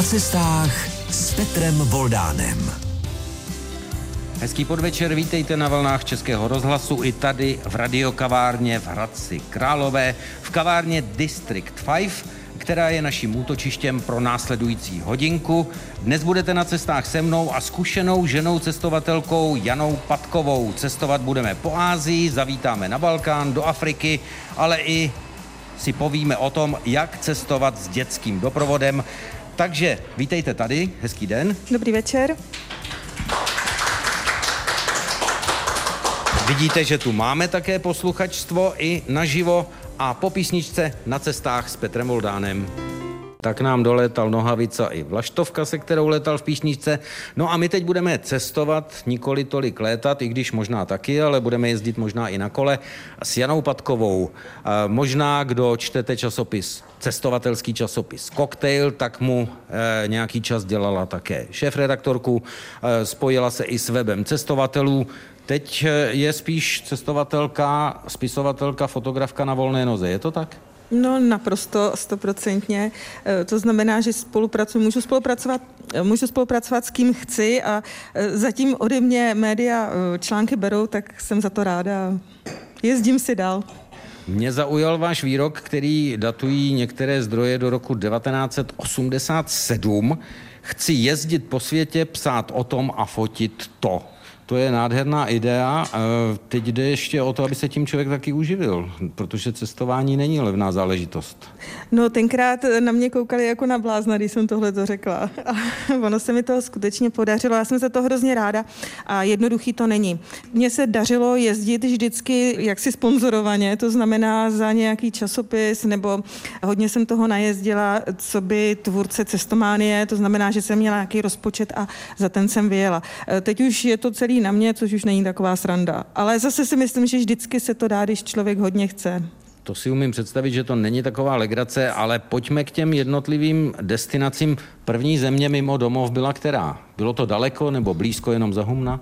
Na cestách s Petrem Voldánem. Hezký podvečer, vítejte na vlnách Českého rozhlasu i tady v radiokavárně v Hradci Králové, v kavárně District 5, která je naším útočištěm pro následující hodinku. Dnes budete na cestách se mnou a zkušenou ženou cestovatelkou Janou Patkovou. Cestovat budeme po Asii, zavítáme na Balkán, do Afriky, ale i si povíme o tom, jak cestovat s dětským doprovodem. Takže vítejte tady, hezký den. Dobrý večer. Vidíte, že tu máme také posluchačstvo i naživo a po písničce Na cestách s Petrem Voldánem. Tak nám dolétal Nohavica i Vlaštovka, se kterou letal v písničce. No a my teď budeme cestovat, nikoli tolik létat, i když možná taky, ale budeme jezdit možná i na kole s Janou Patkovou. Možná, kdo čtete časopis, cestovatelský časopis Cocktail, tak mu nějaký čas dělala také šéfredaktorku, spojila se i s webem cestovatelů. Teď je spíš cestovatelka, spisovatelka, fotografka na volné noze, je to tak? No naprosto, 100%. To znamená, že můžu spolupracovat s kým chci a zatím ode mě média články berou, tak jsem za to ráda. Jezdím si dál. Mě zaujal váš výrok, který datují některé zdroje do roku 1987. Chci jezdit po světě, psát o tom a fotit to. To je nádherná idea. Teď jde ještě o to, aby se tím člověk taky uživil, protože cestování není levná záležitost. No tenkrát na mě koukali jako na blázna, když jsem tohle to řekla. A ono se mi to skutečně podařilo. Já jsem za to hrozně ráda a jednoduchý to není. Mně se dařilo jezdit vždycky jaksi sponzorovaně, to znamená za nějaký časopis, nebo hodně jsem toho najezdila, co by tvůrce Cestománie, to znamená, že jsem měla nějaký rozpočet a za ten jsem vyjela. Teď už je to celý na mě, což už není taková sranda. Ale zase si myslím, že vždycky se to dá, když člověk hodně chce. To si umím představit, že to není taková legrace, ale pojďme k těm jednotlivým destinacím. První země mimo domov byla která? Bylo to daleko nebo blízko jenom za humna?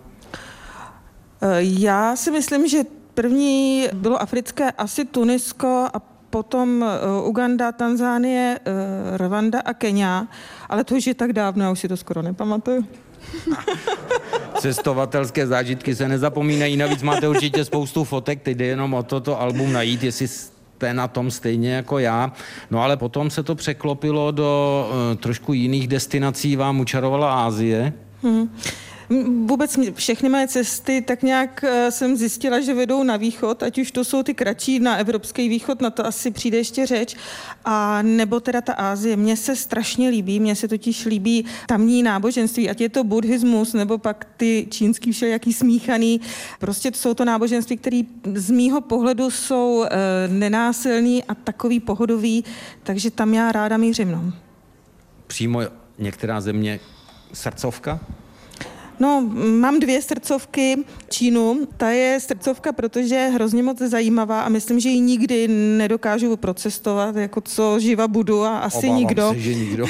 Já si myslím, že první bylo africké asi Tunisko a potom Uganda, Tanzánie, Rwanda a Kenia, ale to už je tak dávno, já už si to skoro nepamatuju. Cestovatelské zážitky se nezapomínají, navíc máte určitě spoustu fotek, teď jde jenom o toto album najít, jestli jste na tom stejně jako já. No ale potom se to překlopilo do trošku jiných destinací, vám učarovala Asie. Vůbec všechny moje cesty, tak nějak jsem zjistila, že vedou na východ, ať už to jsou ty kratší na evropský východ, na to asi přijde ještě řeč, a nebo teda ta Asie. Mně se strašně líbí, mně se totiž líbí tamní náboženství, ať je to buddhismus, nebo pak ty čínský všelijaký smíchaný. Prostě jsou to náboženství, které z mýho pohledu jsou nenásilný a takový pohodový, takže tam já ráda mířím. No. Přímo některá země srdcovka? No, mám 2 srdcovky. Čínu, ta je srdcovka, protože je hrozně moc zajímavá a myslím, že ji nikdy nedokážu procestovat, jako co živa budu a asi Obávám nikdo. se, že nikdo.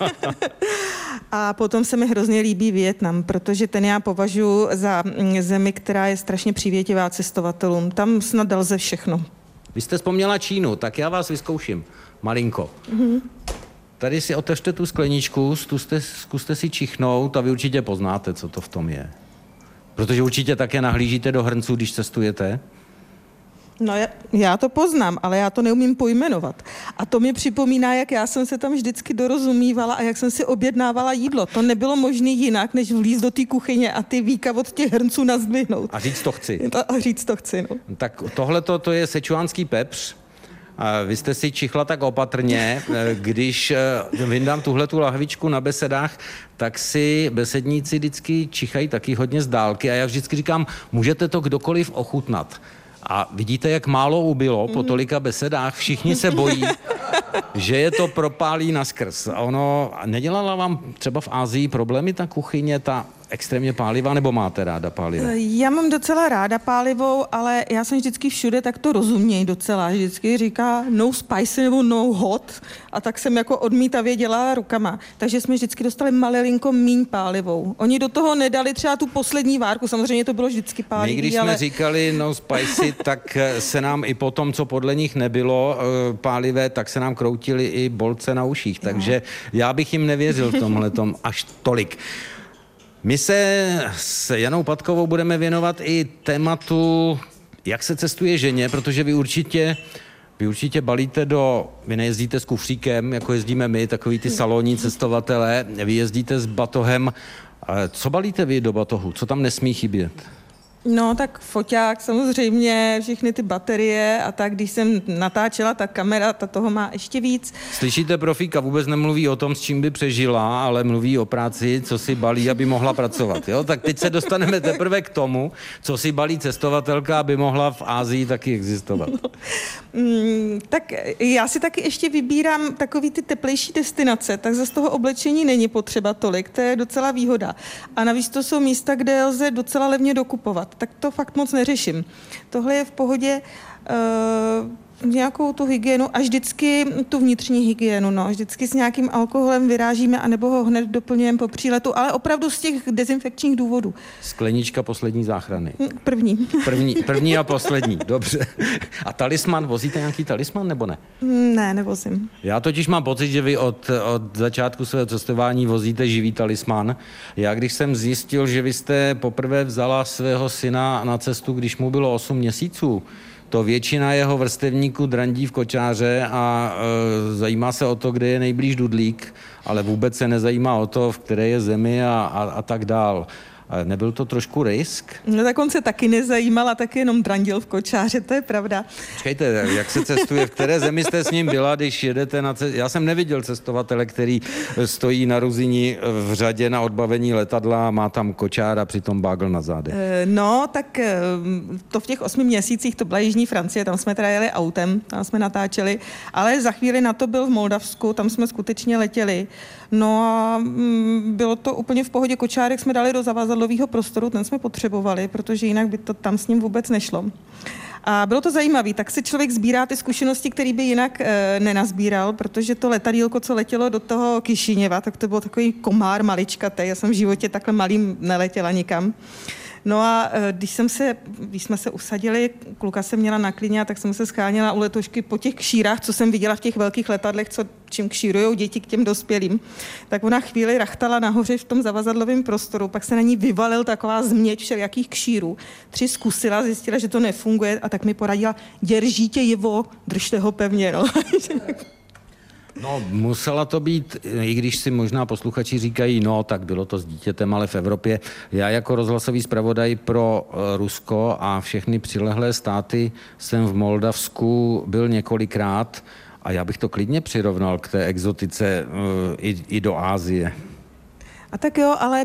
A potom se mi hrozně líbí Vietnam, protože ten já považuji za zemi, která je strašně přívětivá cestovatelům. Tam snad lze všechno. Vy jste vzpomněla Čínu, tak já vás vyzkouším malinko. Tady si otevřte tu skleničku, zkuste si čichnout a vy určitě poznáte, co to v tom je. Protože určitě také nahlížíte do hrnců, když cestujete. No já to poznám, ale já to neumím pojmenovat. A to mi připomíná, jak já jsem se tam vždycky dorozumívala a jak jsem si objednávala jídlo. To nebylo možné jinak, než vlízt do té kuchyně a ty víka od těch hrnců nazdvihnout. A říct to chci. A říct to chci, no. Tak tohleto to je sečuánský pepř. Vy jste si čichla tak opatrně, když vyndám tuhletu lahvičku na besedách, tak si besedníci vždycky čichají taky hodně z dálky a já vždycky říkám, můžete to kdokoliv ochutnat. A vidíte, jak málo ubylo po tolika besedách, všichni se bojí, že je to propálí naskrz. A ono, nedělala vám třeba v Asii problémy ta kuchyně, ta extrémně pálivá, nebo máte ráda pálivé? Já mám docela ráda pálivou, ale já jsem vždycky všude tak to rozuměj docela. Vždycky říká no spicy nebo no hot a tak jsem jako odmítavě dělala rukama. Takže jsme vždycky dostali malinko míň pálivou. Oni do toho nedali třeba tu poslední várku, samozřejmě to bylo vždycky pálivý. My když jsme říkali no spicy, tak se nám i po tom, co podle nich nebylo pálivé, tak se nám kroutily i bolce na uších. Takže já bych jim nevěřil v tomhletom až tolik. My se s Janou Patkovou budeme věnovat i tématu, jak se cestuje ženě, protože vy určitě balíte vy nejezdíte s kufříkem, jako jezdíme my, takový ty salonní cestovatelé, vy jezdíte s batohem. Co balíte vy do batohu? Co tam nesmí chybět? No tak foťák samozřejmě, všechny ty baterie a tak, když jsem natáčela, ta kamera, ta toho má ještě víc. Slyšíte, profíka vůbec nemluví o tom, s čím by přežila, ale mluví o práci, co si balí, aby mohla pracovat. Jo? Tak teď se dostaneme teprve k tomu, co si balí cestovatelka, aby mohla v Asii taky existovat. No, tak já si taky ještě vybírám takový ty teplejší destinace, tak zase toho oblečení není potřeba tolik, to je docela výhoda. A navíc to jsou místa, kde lze docela levně dokupovat. Tak to fakt moc neřeším. Tohle je v pohodě nějakou tu hygienu a vždycky tu vnitřní hygienu, no. Vždycky s nějakým alkoholem vyrážíme anebo ho hned doplňujeme po příletu, ale opravdu z těch dezinfekčních důvodů. Sklenička poslední záchrany. První a poslední, dobře. A talisman, vozíte nějaký talisman nebo ne? Ne, nevozím. Já totiž mám pocit, že vy od začátku svého cestování vozíte živý talisman. Já když jsem zjistil, že vy jste poprvé vzala svého syna na cestu, když mu bylo 8 měsíců, to většina jeho vrstevníků drandí v kočáře a zajímá se o to, kde je nejblíž dudlík, ale vůbec se nezajímá o to, v které je zemi a tak dál. Nebyl to trošku risk? No tak on se taky nezajímal a taky jenom drandil v kočáře, to je pravda. Počkejte, jak se cestuje, v které zemi jste s ním byla, když jedete na cestu? Já jsem neviděl cestovatele, který stojí na Ruzyni v řadě na odbavení letadla a má tam kočár a přitom bágl na zádech. No, tak to v těch 8 měsících, to byla Jižní Francie, tam jsme teda jeli autem, tam jsme natáčeli, ale za chvíli na to byl v Moldavsku, tam jsme skutečně letěli. No a bylo to úplně v pohodě, kočárek jsme dali do zavazadlového prostoru, ten jsme potřebovali, protože jinak by to tam s ním vůbec nešlo. A bylo to zajímavé, tak si člověk sbírá ty zkušenosti, které by jinak nenazbíral, protože to letadýlko, co letělo do toho Kišiněva, tak to byl takový komár maličkatej, já jsem v životě takhle malým neletěla nikam. No a když jsme se usadili, kluka jsem měla na klíně, tak jsem se scháněla u letošky po těch kšírách, co jsem viděla v těch velkých letadlech, čím kšírujou děti k těm dospělým. Tak ona chvíli rachtala nahoře v tom zavazadlovém prostoru, pak se na ní vyvalil taková změť všelijakých kšírů. 3 zkusila, zjistila, že to nefunguje a tak mi poradila, držíte jeho, držte ho pevně. No. No, musela to být, i když si možná posluchači říkají, no, tak bylo to s dítětem, ale v Evropě. Já jako rozhlasový zpravodaj pro Rusko a všechny přilehlé státy jsem v Moldavsku byl několikrát a já bych to klidně přirovnal k té exotice i do Asie. A tak jo, ale...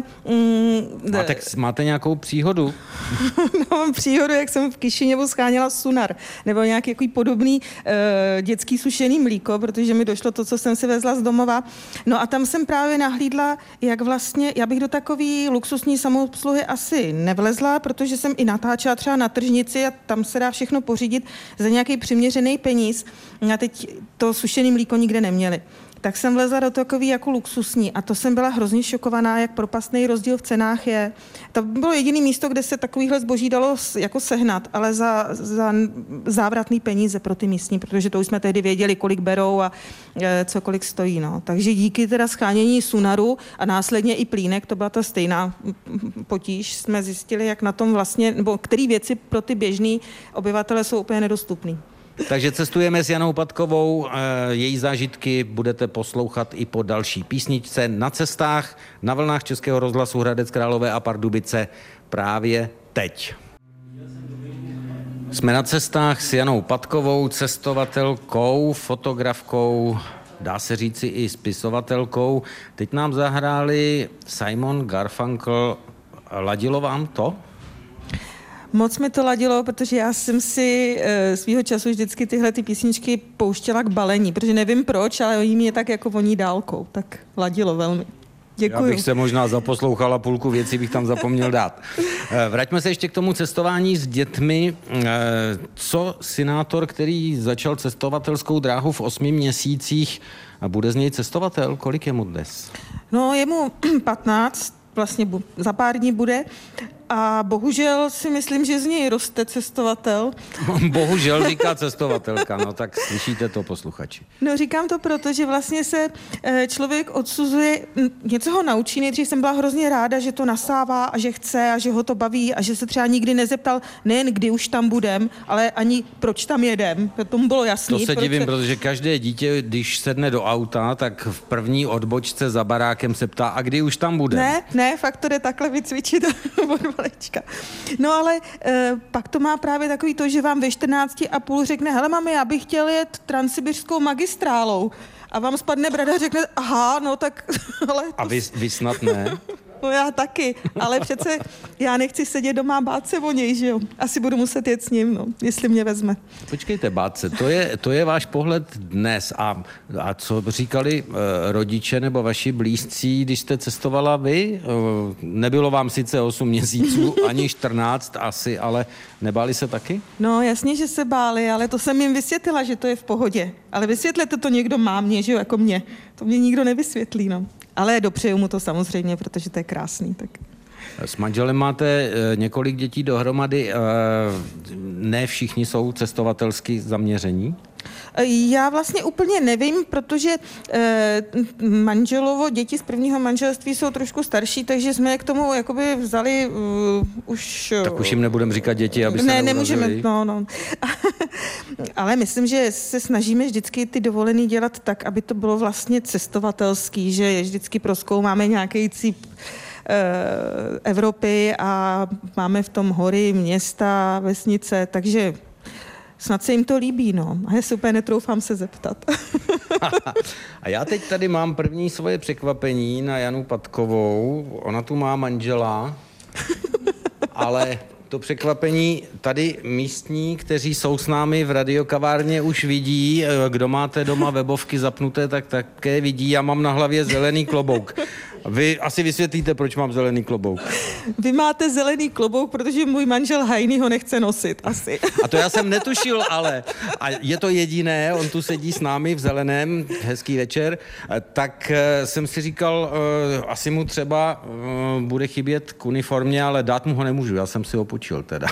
Máte nějakou příhodu? No, mám příhodu, jak jsem v Kišiněvu scháněla sunar, nebo nějaký podobný dětský sušený mlíko, protože mi došlo to, co jsem si vezla z domova. No a tam jsem právě nahlídla, jak vlastně, já bych do takový luxusní samoobsluhy asi nevlezla, protože jsem i natáčela třeba na tržnici a tam se dá všechno pořídit za nějaký přiměřený peníz. A teď to sušený mlíko nikde neměli. Tak jsem vlezla do takový jako luxusní a to jsem byla hrozně šokovaná, jak propastný rozdíl v cenách je. To bylo jediné místo, kde se takovýhle zboží dalo jako sehnat, ale za závratný peníze pro ty místní, protože to už jsme tehdy věděli, kolik berou a kolik stojí. No. Takže díky teda schánění sunaru a následně i plínek, to byla ta stejná potíž, jsme zjistili, jak na tom vlastně, nebo který věci pro ty běžný obyvatele jsou úplně nedostupný. Takže cestujeme s Janou Patkovou, její zážitky budete poslouchat i po další písničce na cestách, na vlnách Českého rozhlasu Hradec Králové a Pardubice právě teď. Jsme na cestách s Janou Patkovou, cestovatelkou, fotografkou, dá se říci i spisovatelkou. Teď nám zahráli Simon Garfunkel. Ladilo vám to? Moc mi to ladilo, protože já jsem si svýho času vždycky tyhle ty písničky pouštěla k balení, protože nevím proč, ale oni mě tak jako voní dálkou, tak ladilo velmi. Děkuju. Já bych se možná zaposlouchala, půlku věcí bych tam zapomněl dát. Vraťme se ještě k tomu cestování s dětmi. Co senátor, který začal cestovatelskou dráhu v 8 měsících, bude z něj cestovatel? Kolik je mu dnes? No, je mu 15, vlastně za pár dní bude. A bohužel si myslím, že z něj roste cestovatel. Bohužel říká cestovatelka, no tak slyšíte to, posluchači. No říkám to proto, že vlastně se člověk odsuzuje, něco ho naučí, nejdřív jsem byla hrozně ráda, že to nasává a že chce a že ho to baví a že se třeba nikdy nezeptal nejen kdy už tam budem, ale ani proč tam jedem, tomu bylo jasný. To se divím, protože každé dítě, když sedne do auta, tak v první odbočce za barákem se ptá, a kdy už tam bude? Ne, fakt to jde takhle vycvičit od malečka. No ale pak to má právě takový to, že vám ve 14,5 řekne, hele mami, já bych chtěl jet transsibiřskou magistrálou. A vám spadne brada a řekne, aha, no tak... Ale to... A vy snad ne? No já taky, ale přece já nechci sedět doma a bát se o něj, že jo. Asi budu muset jet s ním, no, jestli mě vezme. Počkejte, bát se, to je váš pohled dnes. A co říkali rodiče nebo vaši blízcí, když jste cestovala vy? Nebylo vám sice 8 měsíců, ani 14 asi, ale nebáli se taky? No jasně, že se báli, ale to jsem jim vysvětlila, že to je v pohodě. Ale vysvětlete to někdo mámě, že jo, jako mě. To mě nikdo nevysvětlí, no. Ale dopřeju mu to samozřejmě, protože to je krásný. Tak. S manželem máte několik dětí dohromady. Ne všichni jsou cestovatelsky zaměření? Já vlastně úplně nevím, protože manželovo děti z prvního manželství jsou trošku starší, takže jsme je k tomu jakoby vzali už... Tak už jim nebudeme říkat děti, aby se nemůžeme, no. Ale myslím, že se snažíme vždycky ty dovolený dělat tak, aby to bylo vlastně cestovatelský, že vždycky prozkoumáme nějaký cíp Evropy a máme v tom hory, města, vesnice, takže snad se jim to líbí, no. A já si úplně netroufám se zeptat. A já teď tady mám první svoje překvapení na Janu Patkovou. Ona tu má manžela, ale to překvapení tady místní, kteří jsou s námi v radiokavárně, už vidí. Kdo máte doma webovky zapnuté, tak také vidí. Já mám na hlavě zelený klobouk. Vy asi vysvětlíte, proč mám zelený klobouk. Vy máte zelený klobouk, protože můj manžel Hajný ho nechce nosit, asi. A to já jsem netušil, ale a je to jediné, on tu sedí s námi v zeleném, hezký večer, tak jsem si říkal, asi mu třeba bude chybět k uniformě, ale dát mu ho nemůžu, já jsem si ho půjčil teda.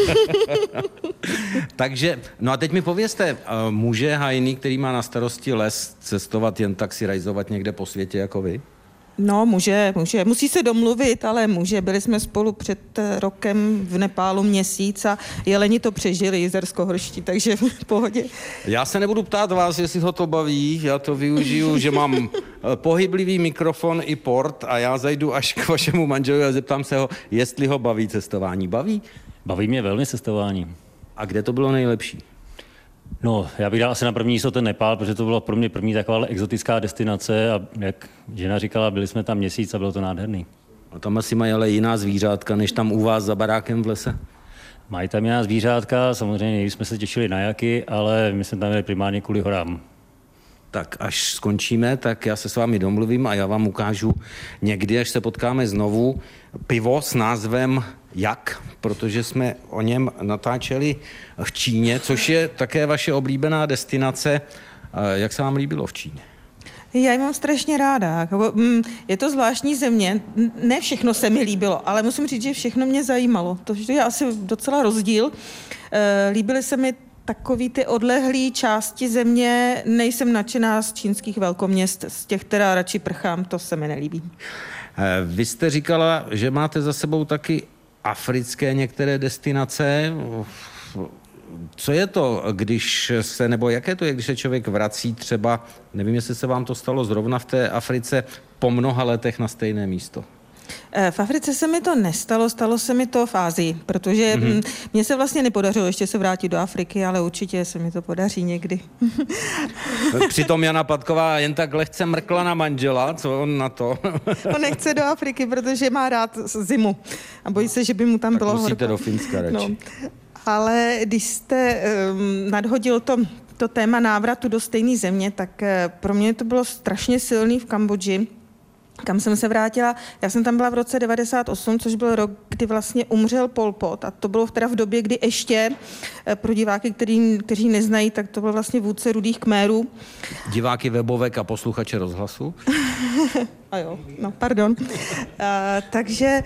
Takže, no a teď mi povězte, může Hajný, který má na starosti les, cestovat jen tak si rajzovat někde po světě jako vy? No, může. Musí se domluvit, ale může. Byli jsme spolu před rokem v Nepálu měsíc a jeleni to přežili, jizerskohorští, takže v pohodě. Já se nebudu ptát vás, jestli ho to baví, já to využiju, že mám pohyblivý mikrofon i port a já zajdu až k vašemu manželovi a zeptám se ho, jestli ho baví cestování. Baví? Baví mě velmi cestování. A kde to bylo nejlepší? No, já bych dal asi na první místo ten Nepál, protože to byla pro mě první taková exotická destinace a jak žena říkala, byli jsme tam měsíc a bylo to nádherný. A tam asi mají ale jiná zvířátka, než tam u vás za barákem v lese? Mají tam jiná zvířátka, samozřejmě jsme se těšili na jaky, ale my jsme tam jeli primárně kvůli horám. Tak až skončíme, tak já se s vámi domluvím a já vám ukážu někdy, až se potkáme znovu, pivo s názvem Jak, protože jsme o něm natáčeli v Číně, což je také vaše oblíbená destinace. Jak se vám líbilo v Číně? Já ji mám strašně ráda. Je to zvláštní země. Ne všechno se mi líbilo, ale musím říct, že všechno mě zajímalo. To je asi docela rozdíl. Líbily se mi takový ty odlehlý části země, nejsem nadšená z čínských velkoměst, z těch teda radši prchám, to se mi nelíbí. Vy jste říkala, že máte za sebou taky africké některé destinace. Co je to, když se, nebo jaké to je, když se člověk vrací třeba, nevím, jestli se vám to stalo zrovna v té Africe, po mnoha letech na stejné místo? V Africe se mi to nestalo, stalo se mi to v Ázii, protože mně se vlastně nepodařilo ještě se vrátit do Afriky, ale určitě se mi to podaří někdy. Přitom Jana Patková jen tak lehce mrkla na manžela, co on na to? On nechce do Afriky, protože má rád zimu a bojí se, že by mu tam tak bylo horko. Musíte do Finska radši. No. Ale když jste nadhodil to téma návratu do stejné země, tak pro mě to bylo strašně silný v Kambodži, kam jsem se vrátila. Já jsem tam byla v roce 98, což byl rok, kdy vlastně umřel Pol Pot a to bylo teda v době, kdy ještě pro diváky, kteří neznají, tak to byl vlastně vůdce Rudých Khmerů. Diváky webovek a posluchače rozhlasu? A jo, no pardon. Takže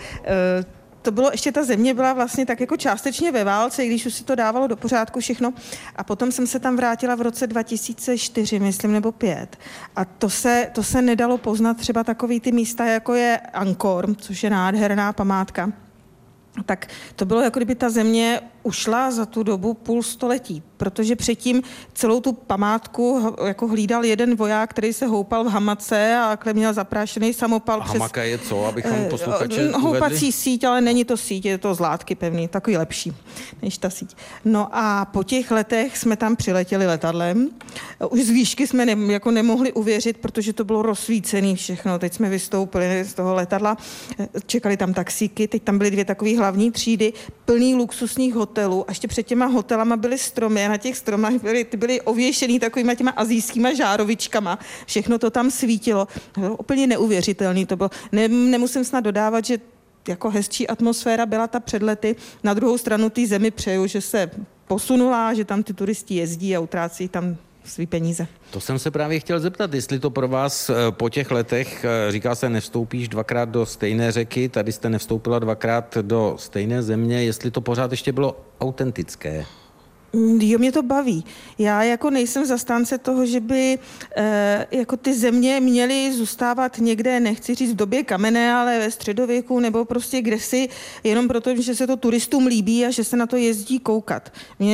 to bylo, ještě ta země byla vlastně tak jako částečně ve válce, i když už si to dávalo do pořádku všechno. A potom jsem se tam vrátila v roce 2004, myslím, nebo 5. A to se nedalo poznat třeba takový ty místa, jako je Angkor, což je nádherná památka. Tak to bylo, jako kdyby ta země ušla za tu dobu půl století, protože předtím celou tu památku jako hlídal jeden voják, který se houpal v hamace a měl zaprášený samopal. A hamaka je co, abychom posluchače uvedli? Houpací síť, ale není to síť, je to z látky pevný, takový lepší než ta síť. No a po těch letech jsme tam přiletěli letadlem. Už z výšky jsme jako nemohli uvěřit, protože to bylo rozsvícený všechno. Teď jsme vystoupili z toho letadla, čekali tam taxíky, teď tam byly 2 takové hlavní třídy, plný luxusních hotelů. A ještě před těma hotelama byly stromy a na těch stromách byly ověšený takovýma těma asijskýma žárovičkama. Všechno to tam svítilo. Úplně neuvěřitelný to bylo. Nemusím snad dodávat, že jako hezčí atmosféra byla ta před lety. Na druhou stranu té zemi přeju, že se posunula, že tam ty turisti jezdí a utrácí tam svý peníze. To jsem se právě chtěl zeptat, jestli to pro vás po těch letech, říká se, nevstoupíš 2krát do stejné řeky, tady jste nevstoupila 2krát do stejné země, jestli to pořád ještě bylo autentické. Jo, mě to baví. Já jako nejsem zastánce toho, že by jako ty země měly zůstávat někde, nechci říct v době kamenné, ale ve středověku nebo prostě kdesi, jenom proto, že se to turistům líbí a že se na to jezdí koukat.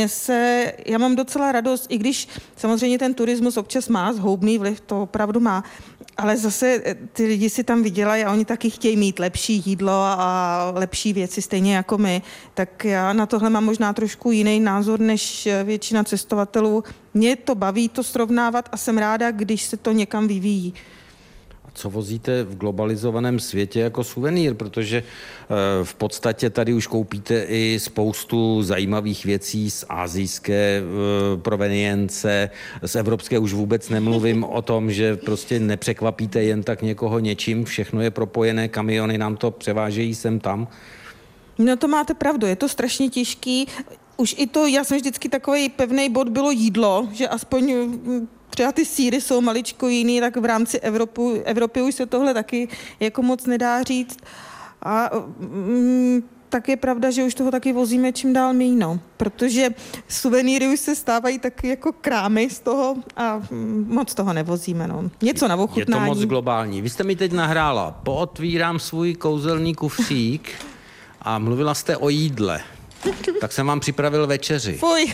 Já mám docela radost, i když samozřejmě ten turismus občas má zhoubný vliv, to opravdu má, ale zase ty lidi si tam vydělají a oni taky chtějí mít lepší jídlo a lepší věci, stejně jako my. Tak já na tohle mám možná trošku jiný názor než většina cestovatelů. Mě to baví to srovnávat a jsem ráda, když se to někam vyvíjí. A co vozíte v globalizovaném světě jako suvenýr? Protože v podstatě tady už koupíte i spoustu zajímavých věcí z asijské provenience, z evropské už vůbec nemluvím o tom, že prostě nepřekvapíte jen tak někoho něčím, všechno je propojené, kamiony nám to převážejí sem tam. No to máte pravdu, je to strašně těžký. Už i to, já jsem vždycky takový pevný bod, bylo jídlo, že aspoň třeba ty sýry jsou maličko jiný, tak v rámci Evropy už se tohle taky jako moc nedá říct. A tak je pravda, že už toho taky vozíme čím dál míň, no. Protože suvenýry už se stávají taky jako krámy z toho a moc toho nevozíme, no. Něco na ochutnání. Je to moc globální. Vy jste mi teď nahrála, pootvírám svůj kouzelný kufřík a mluvila jste o jídle. Tak jsem vám připravil večeři. Fuj.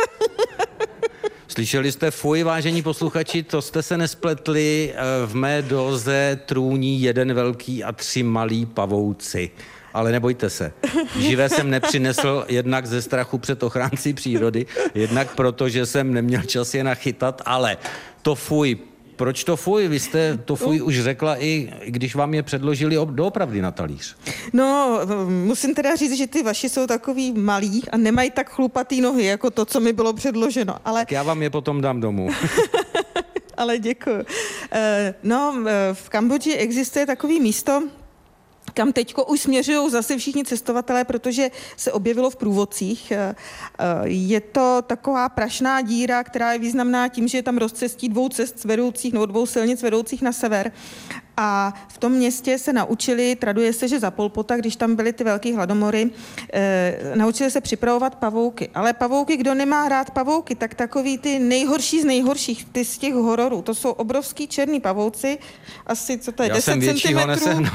Slyšeli jste fuj, vážení posluchači, to jste se nespletli, v mé doze trůní 1 velký a 3 malí pavouci. Ale nebojte se, živé jsem nepřinesl jednak ze strachu před ochránci přírody, jednak proto, že jsem neměl čas je nachytat, ale to fuj. Proč to fuj? Vy jste to fuj už řekla i když vám je předložili doopravdy na talíř. No, musím teda říct, že ty vaši jsou takový malí a nemají tak chlupatý nohy, jako to, co mi bylo předloženo. Ale... Tak já vám je potom dám domů. Ale děkuji. No, v Kambodži existuje takový místo, kam teďko už směřují zase všichni cestovatelé, protože se objevilo v průvodcích. Je to taková prašná díra, která je významná tím, že je tam rozcestí 2 cest vedoucích, nebo 2 silnic vedoucích na sever. A v tom městě se naučili, traduje se, že za Pol Pota, když tam byly ty velký hladomory, naučili se připravovat pavouky. Ale pavouky, kdo nemá rád pavouky, tak takový ty nejhorší z nejhorších, ty z těch hororů. To jsou obrovský černý pavouci, asi, co to je, 10 centimetrů.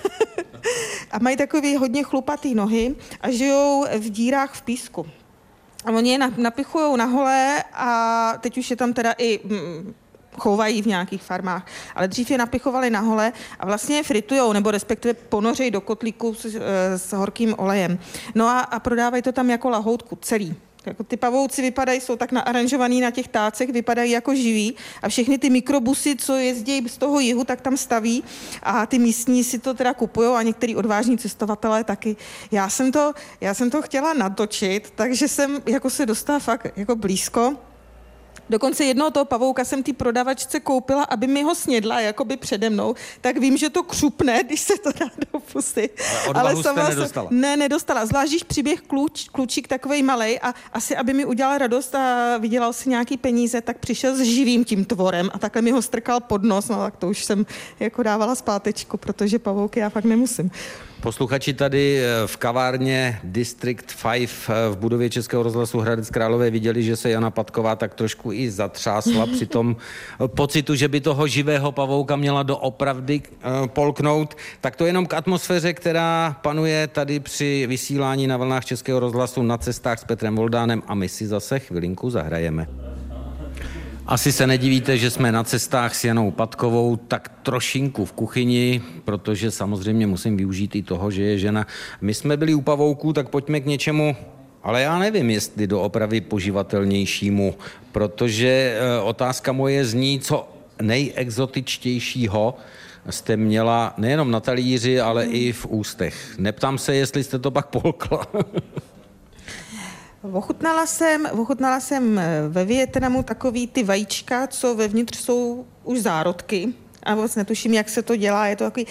A mají takový hodně chlupatý nohy a žijou v dírách v písku. A oni je napichujou na holé a teď už je tam teda i chovají v nějakých farmách, ale dřív je napichovali na hole a vlastně je fritujou, nebo respektive ponořejí do kotlíku s horkým olejem. No a prodávají to tam jako lahoutku celý. Jako ty pavouci vypadají, jsou tak naaranžovaný na těch tácech, vypadají jako živí a všechny ty mikrobusy, co jezdí z toho jihu, tak tam staví a ty místní si to teda kupujou a některý odvážní cestovatelé taky. Já jsem to chtěla natočit, takže jsem jako se dostala fakt jako blízko Dokonce jednoho toho pavouka jsem té prodavačce koupila, aby mi ho snědla jakoby přede mnou, tak vím, že to křupne, když se to dá do pusy. Ale jste nedostala. Nedostala. Zvlášť, když přiběh klučík takovej malej a asi, aby mi udělal radost a vydělal si nějaký peníze, tak přišel s živým tím tvorem a takhle mi ho strkal pod nos, no tak to už jsem jako dávala zpátečku, protože pavouky já fakt nemusím. Posluchači tady v kavárně District 5 v budově Českého rozhlasu Hradec Králové viděli, že se Jana Patková tak trošku i zatřásla při tom pocitu, že by toho živého pavouka měla doopravdy polknout. Tak to jenom k atmosféře, která panuje tady při vysílání na vlnách Českého rozhlasu Na cestách s Petrem Voldánem a my si zase chvilinku zahrajeme. Asi se nedivíte, že jsme na cestách s Janou Patkovou tak trošinku v kuchyni, protože samozřejmě musím využít i toho, že je žena. My jsme byli u pavouků, tak pojďme k něčemu, ale já nevím, jestli doopravdy poživatelnějšímu, protože otázka moje zní, co nejexotičtějšího jste měla nejenom na talíři, ale i v ústech. Neptám se, jestli jste to pak polkla. Ochutnala jsem ve Vietnamu takový ty vajíčka, co vevnitř jsou už zárodky. A vůbec netuším, jak se to dělá. Je to takový,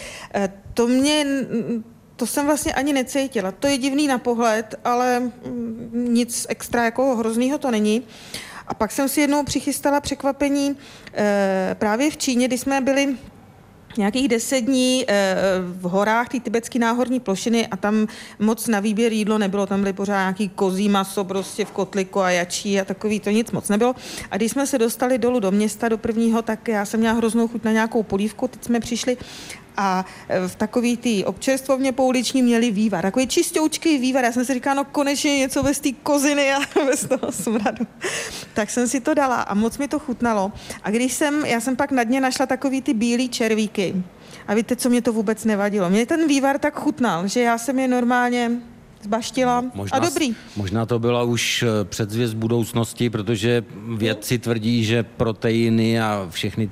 to jsem vlastně ani necítila. To je divný na pohled, ale nic extra jako hroznýho to není. A pak jsem si jednou přichystala překvapení právě v Číně, kdy jsme byli nějakých 10 dní v horách té tibetské náhorní plošiny a tam moc na výběr jídlo nebylo, tam byly pořád nějaký kozí maso prostě v kotliku a jačí a takový, to nic moc nebylo. A když jsme se dostali dolů do města, do prvního, tak já jsem měla hroznou chuť na nějakou polívku, teď jsme přišli a v takový ty občerstvovně pouliční měli vývar, takový čistoučký vývar. Já jsem si říkala, no konečně něco bez té koziny a bez toho smradu. Tak jsem si to dala a moc mi to chutnalo. A já jsem pak na dně našla takový ty bílý červíky. A víte, co mě to vůbec nevadilo? Mě ten vývar tak chutnal, že já jsem je normálně zbaštila a dobrý. Možná to byla už předzvěst budoucnosti, protože vědci tvrdí, že proteiny a všechny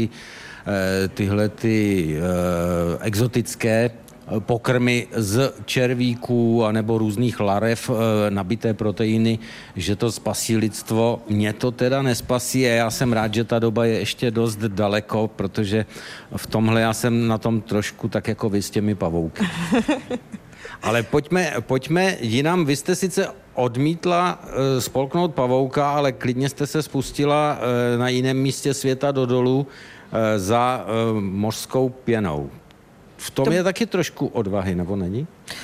tyhle exotické pokrmy z červíků anebo různých larev nabité proteiny, že to spasí lidstvo. Mě to teda nespasí a já jsem rád, že ta doba je ještě dost daleko, protože v tomhle já jsem na tom trošku tak jako vy s těmi pavouky. Ale pojďme jinam. Vy jste sice odmítla spolknout pavouka, ale klidně jste se spustila na jiném místě světa do dolu za mořskou pěnou. V tom je taky trošku odvahy, nebo není?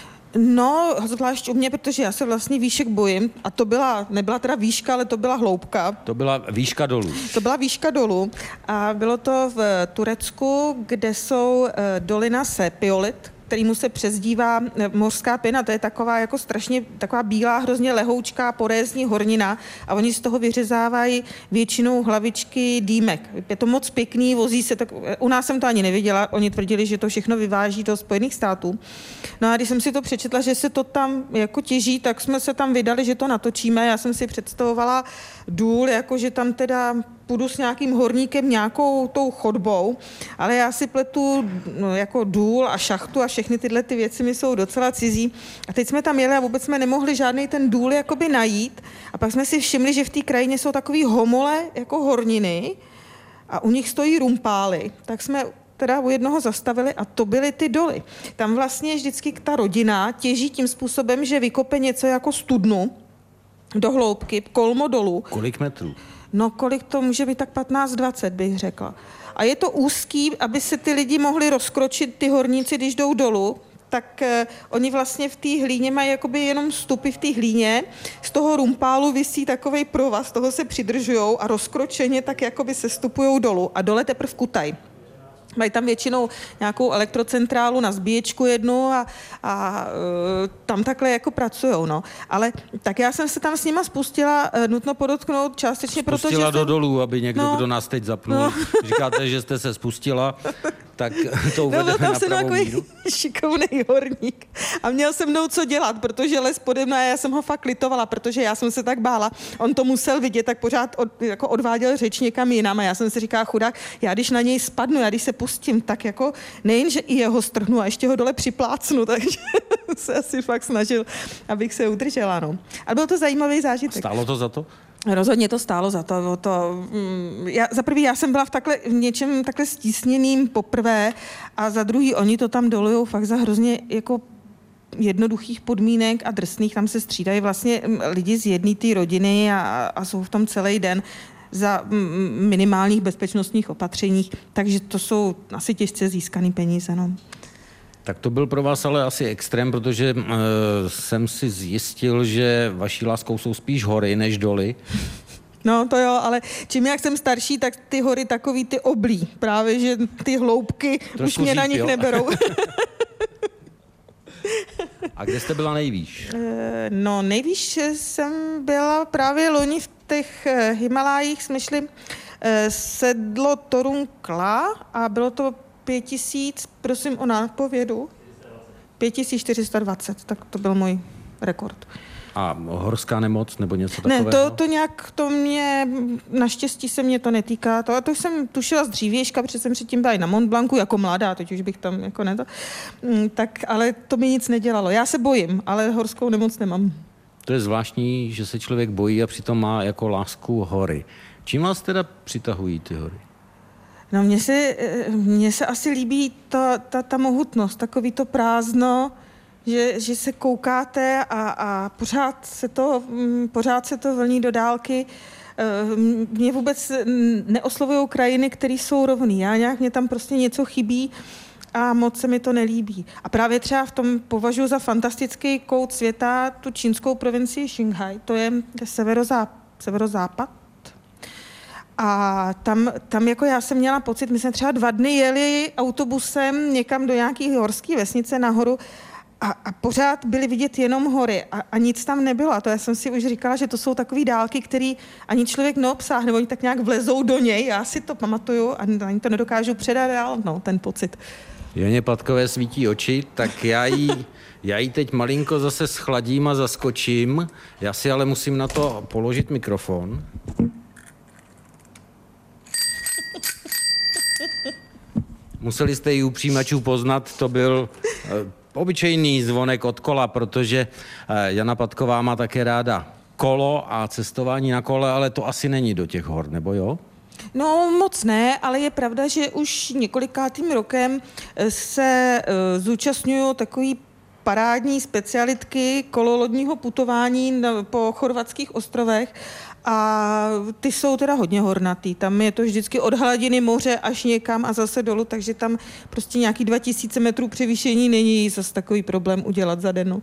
No, zvlášť u mě, protože já se vlastně výšek bojím a nebyla teda výška, ale to byla hloubka. To byla výška dolů. To byla výška dolů a bylo to v Turecku, kde jsou dolina Sepiolit, kterýmu se přezdívá mořská pěna. To je taková jako strašně taková bílá, hrozně lehoučká porézní hornina a oni z toho vyřezávají většinou hlavičky dýmek. Je to moc pěkný, vozí se, tak u nás jsem to ani neviděla, oni tvrdili, že to všechno vyváží do Spojených států. No a když jsem si to přečetla, že se to tam jako těží, tak jsme se tam vydali, že to natočíme. Já jsem si představovala důl, jako že tam teda půjdu s nějakým horníkem nějakou tou chodbou, ale já si pletu jako důl a šachtu a všechny tyhle ty věci mi jsou docela cizí. A teď jsme tam jeli a vůbec jsme nemohli žádný ten důl jakoby najít. A pak jsme si všimli, že v té krajině jsou takový homole jako horniny a u nich stojí rumpály. Tak jsme teda u jednoho zastavili a to byly ty doly. Tam vlastně vždycky ta rodina těží tím způsobem, že vykope něco jako studnu do hloubky, kolmo dolů. Kolik metrů? No, kolik to může být, tak 15-20 bych řekla. A je to úzký, aby se ty lidi mohli rozkročit, ty horníci, když jdou dolů, tak oni vlastně v té hlíně mají jakoby jenom vstupy v té hlíně, z toho rumpálu visí takovej provaz, z toho se přidržujou a rozkročeně tak jakoby se stupujou dolů a dole teprv kutaj. Mají tam většinou nějakou elektrocentrálu na zbíječku jednu a tam takhle jako pracujou, no. Ale tak já jsem se tam s nima spustila, nutno podotknout částečně, protože spustila do dolů, aby někdo, kdo nás teď zapnul. Říkáte, že jste se spustila, tak to uvedeme na pravou míru. Šikovnej horník a měl se mnou co dělat, protože les pode mnou, já jsem ho fakt litovala, protože já jsem se tak bála. On to musel vidět, tak pořád jako odváděl řeč někam jinam a já jsem si říkala, chudák, já když na něj spadnu, já když se pustím, tak jako nejen, že i jeho strhnu a ještě ho dole připlácnu, takže se asi fakt snažil, abych se udržela, no. Ale byl to zajímavý zážitek. Stálo to za to? Rozhodně to stálo za to. Já jsem byla v něčem takhle stísněným poprvé a za druhý oni to tam dolujou fakt za hrozně jako jednoduchých podmínek a drsných. Tam se střídají vlastně lidi z jedné té rodiny a jsou v tom celý den za minimálních bezpečnostních opatřeních. Takže to jsou asi těžce získané peníze. No. Tak to byl pro vás ale asi extrém, protože jsem si zjistil, že vaší láskou jsou spíš hory než doly. No to jo, ale čím jak jsem starší, tak ty hory takový ty oblí. Právě, že ty hloubky trošku už mě na nich neberou. A kde jste byla nejvýš? No nejvýš jsem byla právě loni v těch Himalájích, jsme šli sedlo Torun Kla a bylo to 5000, prosím o nápovědu. 5420, tak to byl můj rekord. A horská nemoc nebo něco takového? Ne, to nějak, to mě, naštěstí se mě to netýká. To jsem tušila z dřívějška, protože jsem předtím byla i na Mont Blancu jako mladá, teď už bych tam jako ne to. Tak, ale to mi nic nedělalo. Já se bojím, ale horskou nemoc nemám. To je zvláštní, že se člověk bojí a přitom má jako lásku hory. Čím vás teda přitahují ty hory? No mně se asi líbí ta mohutnost, takový to prázdno, že se koukáte a pořád se to vlní do dálky. Mě vůbec neoslovují krajiny, které jsou rovný. Mě tam prostě něco chybí a moc se mi to nelíbí. A právě třeba v tom považuji za fantastický kout světa tu čínskou provincii Šinghaj. To je severozápad. A tam jako já jsem měla pocit, my jsme třeba 2 dny jeli autobusem někam do nějaké horské vesnice nahoru a pořád byly vidět jenom hory a nic tam nebylo. A to já jsem si už říkala, že to jsou takové dálky, které ani člověk neobsáhne, oni tak nějak vlezou do něj. Já si to pamatuju a ani to nedokážu předat dál, ten pocit. Janě Patkové svítí oči, tak já jí teď malinko zase schladím a zaskočím. Já si ale musím na to položit mikrofon. Museli jste ji u přijímačů poznat, to byl obyčejný zvonek od kola, protože Jana Patková má také ráda kolo a cestování na kole, ale to asi není do těch hor, nebo jo? No moc ne, ale je pravda, že už několikátým rokem se zúčastňují takový parádní specialitky kololodního putování po chorvatských ostrovech a ty jsou teda hodně hornatý. Tam je to vždycky od hladiny moře až někam a zase dolů, takže tam prostě nějaký 2000 metrů převýšení není zase takový problém udělat za den.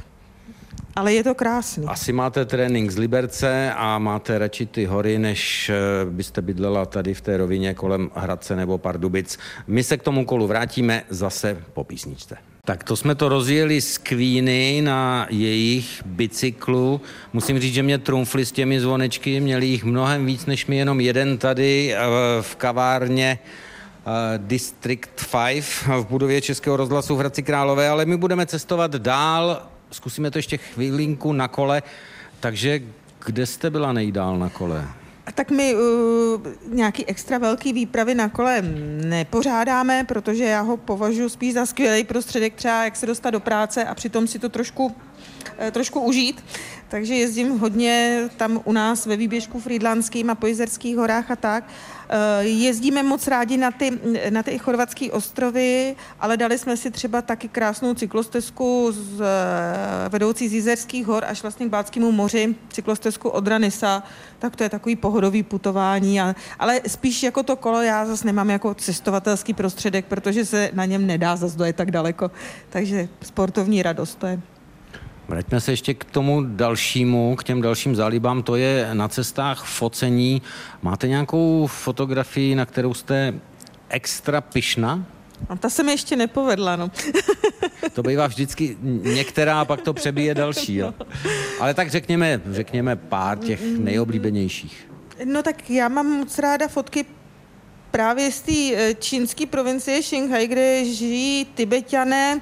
Ale je to krásný. Asi máte trénink z Liberce a máte radši ty hory, než byste bydlela tady v té rovině kolem Hradce nebo Pardubic. My se k tomu kolu vrátíme zase po písničce. Tak to jsme to rozjeli z Queeny na jejich bicyklu. Musím říct, že mě trumfli s těmi zvonečky, měli jich mnohem víc, než mi jenom jeden tady v kavárně District 5 v budově Českého rozhlasu v Hradci Králové, ale my budeme cestovat dál. Zkusíme to ještě chvilinku na kole. Takže kde jste byla nejdál na kole? Tak my nějaký extra velký výpravy na kole nepořádáme, protože já ho považuji spíš za skvělý prostředek, třeba jak se dostat do práce a přitom si to trošku užít. Takže jezdím hodně tam u nás ve výběžku Frýdlantským a po Jizerských horách a tak. Jezdíme moc rádi na ty chorvatské ostrovy, ale dali jsme si třeba taky krásnou cyklostezku vedoucí z Jizerských hor až vlastně k Baltskému moři, cyklostezku od Ranisa, tak to je takový pohodový putování, ale spíš jako to kolo já zase nemám jako cestovatelský prostředek, protože se na něm nedá zase dojet tak daleko, takže sportovní radost to je. Vraťme se ještě k tomu dalšímu, k těm dalším zálibám, to je na cestách focení. Máte nějakou fotografii, na kterou jste extra pyšná? A ta se mi ještě nepovedla, no. To bývá vždycky některá a pak to přebíje další, jo. Ale tak řekněme pár těch nejoblíbenějších. No tak já mám moc ráda fotky právě z té čínské provincie Šinghaj, kde žijí Tibetané,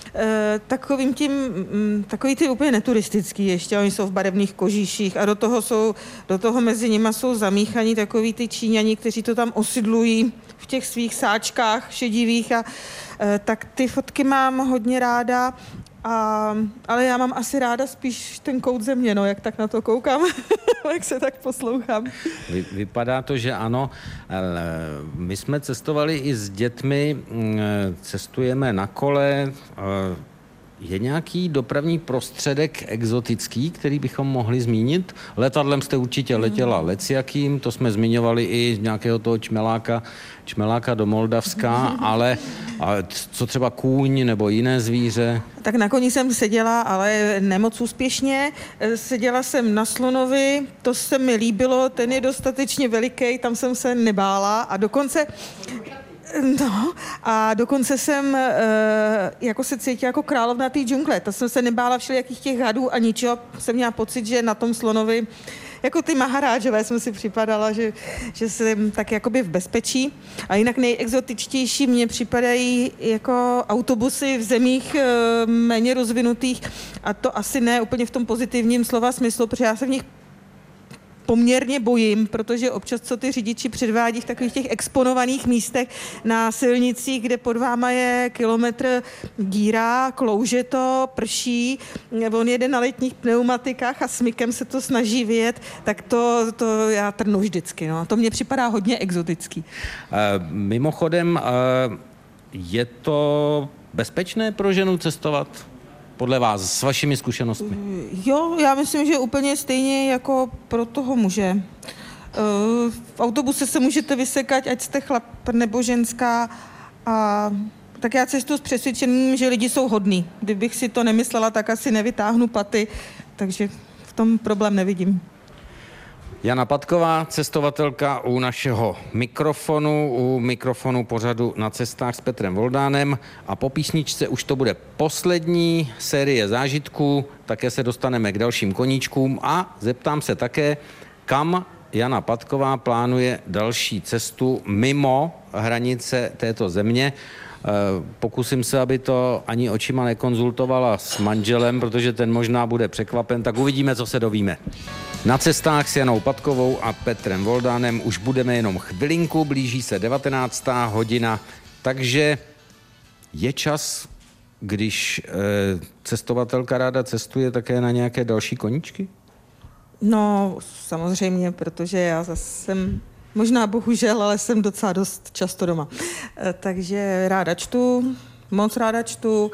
takový ty úplně neturistický ještě, oni jsou v barevných kožíších a do toho mezi nimi jsou zamíchaní takový ty Číňani, kteří to tam osidlují v těch svých sáčkách šedivých a tak ty fotky mám hodně ráda. Ale já mám asi ráda spíš ten kout země, no, jak tak na to koukám, jak se tak poslouchám. Vypadá to, že ano. My jsme cestovali i s dětmi, cestujeme na kole. Je nějaký dopravní prostředek exotický, který bychom mohli zmínit? Letadlem jste určitě letěla lecjakým, to jsme zmiňovali i nějakého toho čmeláka do Moldavska, ale co třeba kůň nebo jiné zvíře? Tak na koni jsem seděla, ale nemoc úspěšně. Seděla jsem na slonovi, to se mi líbilo, ten je dostatečně veliký, tam jsem se nebála a dokonce jsem jako se cítila jako královna té džungle. To jsem se nebála všelijakých těch hadů a ničeho. Jsem měla pocit, že na tom slonovi jako ty maharádžové jsem si připadala, že jsem tak jakoby v bezpečí. A jinak nejexotičtější mně připadají jako autobusy v zemích méně rozvinutých a to asi ne úplně v tom pozitivním slova smyslu, protože já se v nich poměrně bojím, protože občas, co ty řidiči předvádí v takových těch exponovaných místech na silnicích, kde pod váma je kilometr díra, klouže to, prší, on jede na letních pneumatikách a smykem se to snaží vyjet, tak to já trnu vždycky. No. To mně připadá hodně exotický. Mimochodem, je to bezpečné pro ženu cestovat? Podle vás, s vašimi zkušenostmi? Jo, já myslím, že úplně stejně jako pro toho muže. V autobuse se můžete vysekat, ať jste chlap nebo ženská. A tak já cestuji s přesvědčením, že lidi jsou hodní. Kdybych si to nemyslela, tak asi nevytáhnu paty, takže v tom problém nevidím. Jana Patková, cestovatelka u našeho mikrofonu pořadu Na cestách s Petrem Voldánem a po písničce už to bude poslední série zážitků, také se dostaneme k dalším koníčkům a zeptám se také, kam Jana Patková plánuje další cestu mimo hranice této země. Pokusím se, aby to ani očima nekonzultovala s manželem, protože ten možná bude překvapen, tak uvidíme, co se dovíme. Na cestách s Janou Patkovou a Petrem Voldánem už budeme jenom chvilinku, blíží se 19. hodina, takže je čas, když cestovatelka ráda cestuje, také na nějaké další koníčky? No, samozřejmě, protože já zase jsem, možná bohužel, ale jsem docela dost často doma. Takže ráda čtu, moc ráda čtu,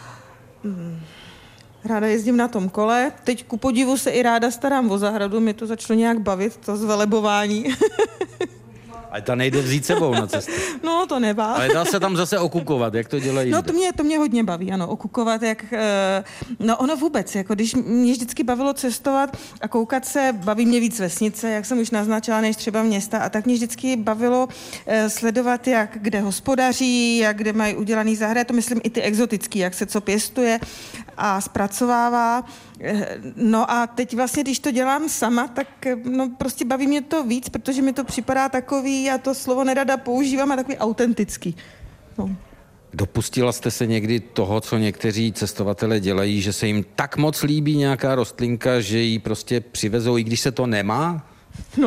ráda jezdím na tom kole. Teď ku podivu se i ráda starám o zahradu, mě to začalo nějak bavit, to zvelebování. Ale ta nejde vzít sebou na cestu. No, to nebá. Ale dá se tam zase okukovat, jak to dělají. No, to mě hodně baví, ano, okukovat, no ono vůbec, jako když mě vždycky bavilo cestovat a koukat se, baví mě víc vesnice, jak jsem už naznačila, než třeba města, a tak mě vždycky bavilo sledovat, jak kde hospodaří, jak kde mají udělaný zahrady, to myslím i ty exotický, jak se co pěstuje a zpracovává. No a teď vlastně, když to dělám sama, tak no prostě baví mě to víc, protože mi to připadá takový, já to slovo nerada používám, a takový autentický. No. Dopustila jste se někdy toho, co někteří cestovatelé dělají, že se jim tak moc líbí nějaká rostlinka, že ji prostě přivezou, i když se to nemá? No,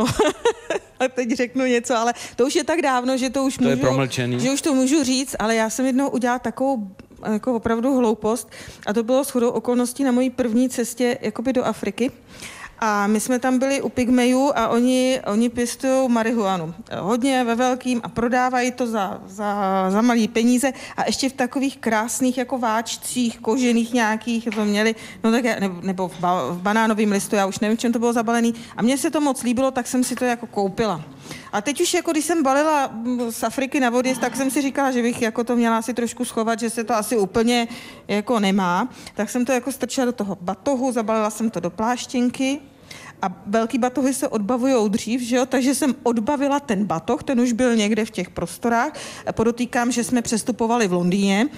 a teď řeknu něco, ale to už je tak dávno, že to už je promlčený. Že už to můžu říct, ale já jsem jednou udělala takovou jako opravdu hloupost a to bylo shodou okolností na mojí první cestě jakoby do Afriky. A my jsme tam byli u pygmejů a oni pěstují marihuanu. Hodně ve velkým a prodávají to za malý peníze a ještě v takových krásných jako váčcích, kožených nějakých, to měli, no tak nebo v banánovém listu, já už nevím, čem to bylo zabalený. A mně se to moc líbilo, tak jsem si to jako koupila. A teď už jako když jsem balila z Afriky na vodě, tak jsem si říkala, že bych jako to měla asi trošku schovat, že se to asi úplně jako nemá. Tak jsem to jako strčila do toho batohu, zabalila jsem to do pláštěnky. A velký batohy se odbavujou dřív, že jo? Takže jsem odbavila ten batoh, ten už byl někde v těch prostorách. Podotýkám, že jsme přestupovali v Londýně.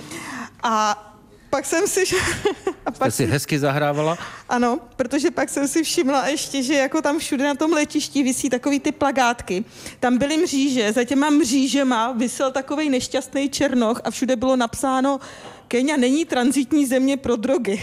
A pak jsem si... Jste si hezky zahrávala? Ano, protože pak jsem si všimla ještě, že jako tam všude na tom letišti visí takový ty plakátky. Tam byly mříže, za těma mřížema visel takovej nešťastný černoch a všude bylo napsáno Kenia není tranzitní země pro drogy.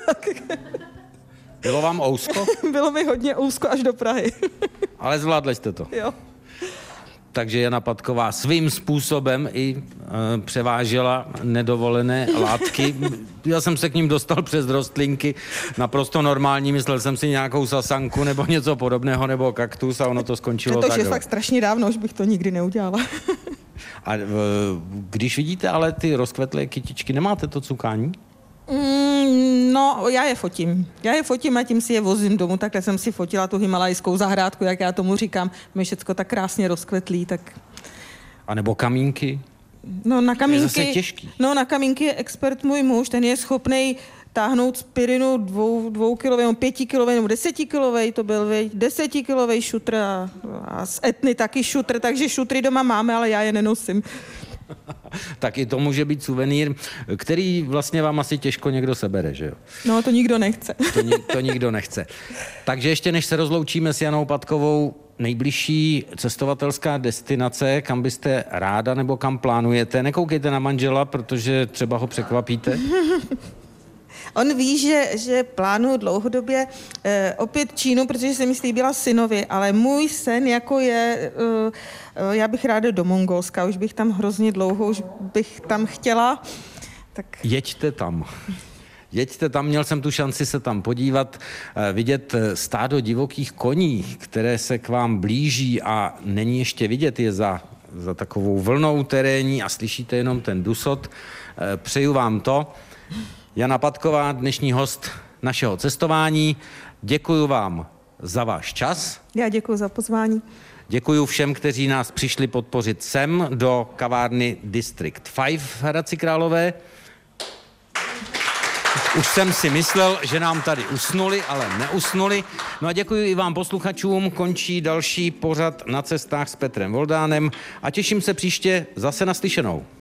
Bylo vám ousko? Bylo mi hodně ousko až do Prahy. Ale zvládli jste to. Jo. takže Jana Patková svým způsobem i převážela nedovolené látky. Já jsem se k ním dostal přes rostlinky, naprosto normální, myslel jsem si nějakou sasanku nebo něco podobného, nebo kaktus a ono to skončilo tak. To je fakt strašně dávno, už bych to nikdy neudělala. A když vidíte ale ty rozkvetlé kytičky, nemáte to cukání? No, já je fotím a tím si je vozím domů. Takhle jsem si fotila tu himalajskou zahrádku, jak já tomu říkám. Mě všecko tak krásně rozkvetlý, tak... A nebo kamínky? No, na kamínky... Je zase těžký. No, na kamínky je expert můj muž, ten je schopnej táhnout spirinu 2kilový, 5kilový nebo 10kilový, to byl 10kilový šutr a z Etny taky šutr, takže šutry doma máme, ale já je nenosím. Tak i to může být suvenýr, který vlastně vám asi těžko někdo sebere, že jo? No, to nikdo nechce. To nikdo nechce. Takže ještě než se rozloučíme s Janou Patkovou, nejbližší cestovatelská destinace, kam byste ráda nebo kam plánujete? Nekoukejte na manžela, protože třeba ho překvapíte. On ví, že plánuju dlouhodobě opět Čínu, protože se mi slíbila synovi, ale můj sen jako je, já bych ráda do Mongolska, už bych tam hrozně dlouho, už bych tam chtěla. Tak... Jeďte tam, měl jsem tu šanci se tam podívat, vidět stádo divokých koní, které se k vám blíží a není ještě vidět, je za takovou vlnou terénní a slyšíte jenom ten dusot. Přeju vám to. Jana Patková, dnešní host našeho cestování. Děkuju vám za váš čas. Já děkuji za pozvání. Děkuju všem, kteří nás přišli podpořit sem do kavárny District 5 v Hradci Králové. Už jsem si myslel, že nám tady usnuli, ale neusnuli. No a děkuji i vám posluchačům. Končí další pořad Na cestách s Petrem Voldánem a těším se příště zase naslyšenou.